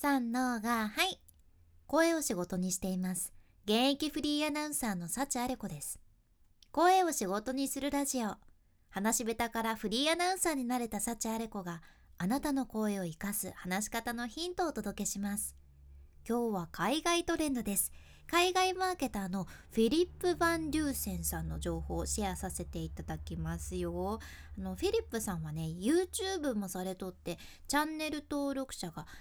さんのがはい、声を仕事にしています。現役フリーアナウンサーの幸あれ子です。声を仕事にするラジオ。話し下手からフリーアナウンサーになれた幸あれ子があなたの声を生かす話し方のヒントをお届けします。今日は海外トレンドです。海外マーケターのフィリップ・バン・リューセンさんの情報をシェアさせていただきますよ。フィリップさんはね YouTube もされとって、チャンネル登録者が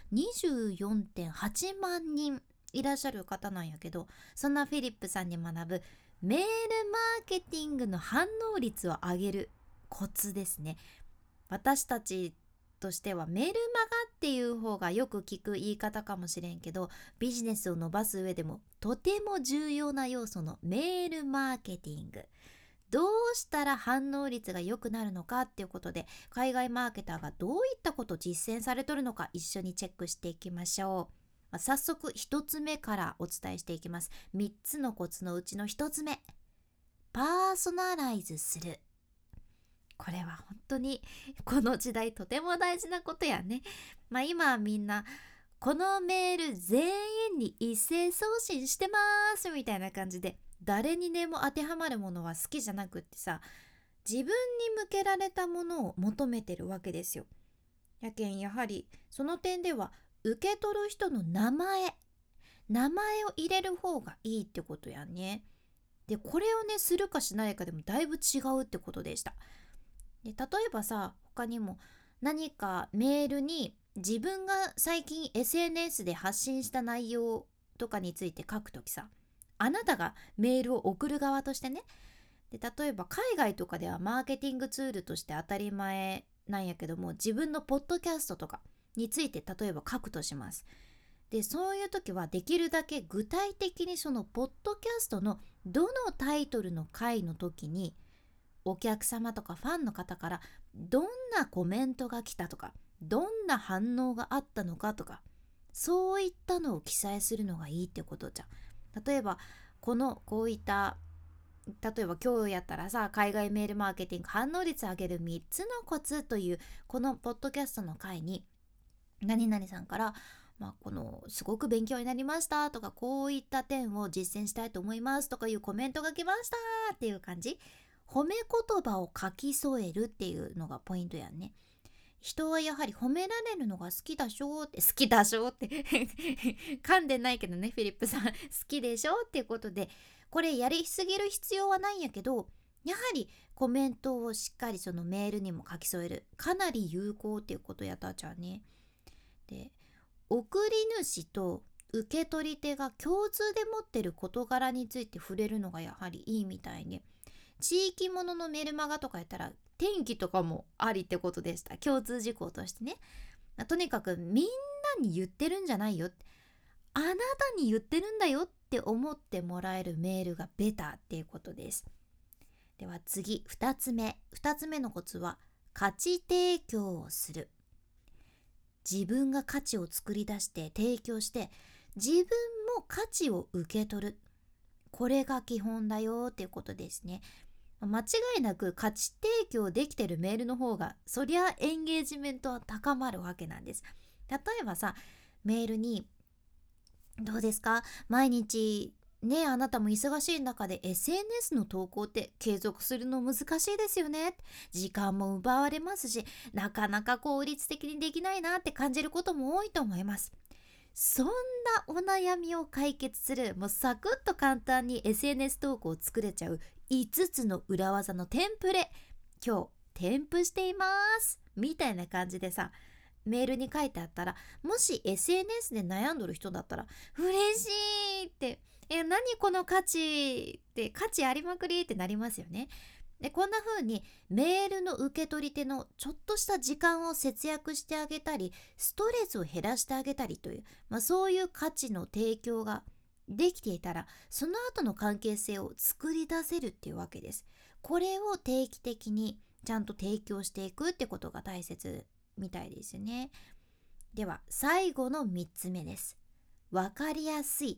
24.8万人いらっしゃる方なんやけど、そんなフィリップさんに学ぶメールマーケティングの反応率を上げるコツですね。私たちとしてはメルマガっていう方がよく聞く言い方かもしれんけど、ビジネスを伸ばす上でもとても重要な要素のメールマーケティング、どうしたら反応率が良くなるのかっていうことで、海外マーケターがどういったことを実践されとるのか一緒にチェックしていきましょう。早速1つ目からお伝えしていきます。3つのコツのうちの1つ目、パーソナライズする。これは本当にこの時代とても大事なことやね。今はみんなこのメール全員に一斉送信してますみたいな感じで、誰にでも当てはまるものは好きじゃなくってさ、自分に向けられたものを求めてるわけですよ。やけんやはりその点では受け取る人の名前を入れる方がいいってことやね。でこれをねするかしないかでもだいぶ違うってことでした。で例えばさ、他にも何かメールに自分が最近 SNS で発信した内容とかについて書くときさ、あなたがメールを送る側としてね、で例えば海外とかではマーケティングツールとして当たり前なんやけども、自分のポッドキャストとかについて例えば書くとします。でそういう時はできるだけ具体的にそのポッドキャストのどのタイトルの回の時にお客様とかファンの方からどんなコメントが来たとか、どんな反応があったのかとか、そういったのを記載するのがいいってことじゃん。例えばこういった例えば今日やったらさ、海外メールマーケティング反応率上げる3つのコツというこのポッドキャストの回に、何々さんから、このすごく勉強になりましたとか、こういった点を実践したいと思いますとかいうコメントが来ましたっていう感じ、褒め言葉を書き添えるっていうのがポイントやんね。人はやはり褒められるのが好きだしょうって噛んでないけどね、フィリップさん好きでしょっていうことで、これやりすぎる必要はないんやけど、やはりコメントをしっかりそのメールにも書き添える、かなり有効っていうことやったじゃんね。で送り主と受け取り手が共通で持ってる事柄について触れるのがやはりいいみたいね。地域もののメルマガとかやったら天気とかもありってことでした。共通事項としてね。とにかくみんなに言ってるんじゃないよ、あなたに言ってるんだよって思ってもらえるメールがベターっていうことです。では次、2つ目のコツは価値提供をする。自分が価値を作り出して提供して、自分も価値を受け取る、これが基本だよっていうことですね。間違いなく価値提供できてるメールの方がそりゃエンゲージメントは高まるわけなんです。例えばさ、メールにどうですか、毎日ね、あなたも忙しい中で SNS の投稿って継続するの難しいですよね。時間も奪われますし、なかなか効率的にできないなって感じることも多いと思います。そんなお悩みを解決する、もうサクッと簡単に SNS 投稿を作れちゃう5つの裏技のテンプレ、今日添付していますみたいな感じでさ、メールに書いてあったら、もし SNS で悩んどる人だったら嬉しいって、何この価値って、価値ありまくりってなりますよね。でこんな風にメールの受け取り手のちょっとした時間を節約してあげたり、ストレスを減らしてあげたりという、そういう価値の提供ができていたら、その後の関係性を作り出せるっていうわけです。これを定期的にちゃんと提供していくってことが大切みたいですね。では最後の3つ目です。わかりやすい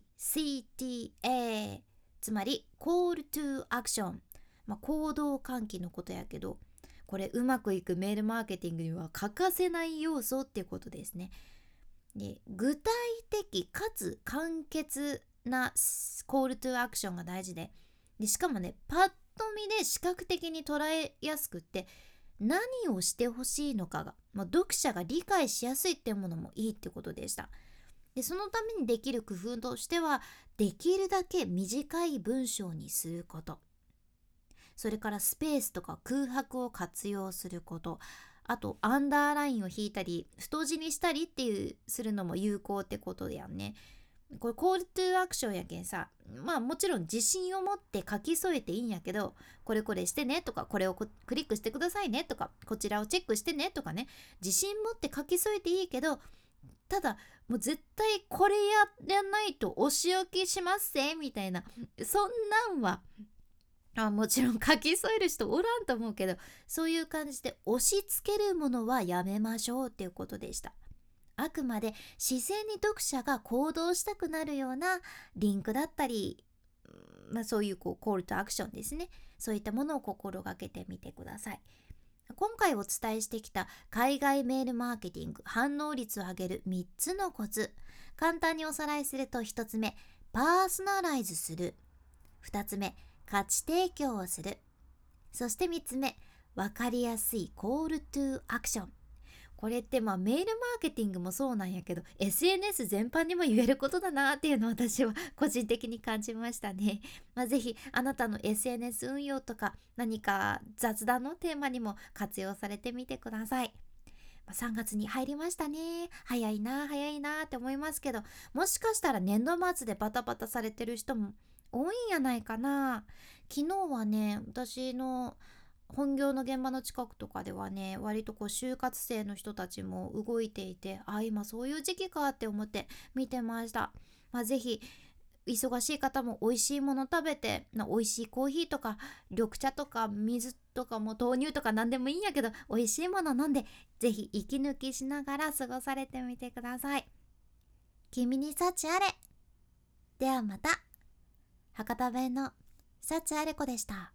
CTA、 つまり Call to Action、行動喚起のことやけど、これうまくいくメールマーケティングには欠かせない要素っていうことですね。 で、具体的かつ簡潔なコールトゥアクションが大事で、しかもね、パッと見で視覚的に捉えやすくって、何をしてほしいのかが、読者が理解しやすいっていうものもいいってことでした。で、そのためにできる工夫としては、できるだけ短い文章にすること、それからスペースとか空白を活用すること、あとアンダーラインを引いたり太字にしたりっていうするのも有効ってことやんね。これコールトゥアクションやけんさ、もちろん自信を持って書き添えていいんやけど、これこれしてねとか、これをクリックしてくださいねとか、こちらをチェックしてねとかね、自信持って書き添えていいけど、ただもう絶対これやらないとお仕置きしますぜみたいな、そんなんはもちろん書き添える人おらんと思うけど、そういう感じで押し付けるものはやめましょうっていうことでした。あくまで自然に読者が行動したくなるようなリンクだったり、そういうコールとアクションですね。そういったものを心がけてみてください。今回お伝えしてきた海外メールマーケティング反応率を上げる3つのコツ、簡単におさらいすると、1つ目、パーソナライズする。2つ目、価値提供をする。そして3つ目、わかりやすいコールトゥアクション。これってメールマーケティングもそうなんやけど、 SNS 全般にも言えることだなっていうのを私は個人的に感じましたね。ぜひあなたの SNS 運用とか何か雑談のテーマにも活用されてみてください。3月に入りましたね。早いなって思いますけど、もしかしたら年度末でバタバタされてる人も多いんやないかな。昨日はね、私の本業の現場の近くとかではね、割と就活生の人たちも動いていて、今そういう時期かって思って見てました。ぜひ忙しい方も美味しいもの食べて、美味しいコーヒーとか緑茶とか水とかも豆乳とか何でもいいんやけど、美味しいもの飲んで、ぜひ息抜きしながら過ごされてみてください。君に幸あれ。ではまた。博多弁の幸あれ子でした。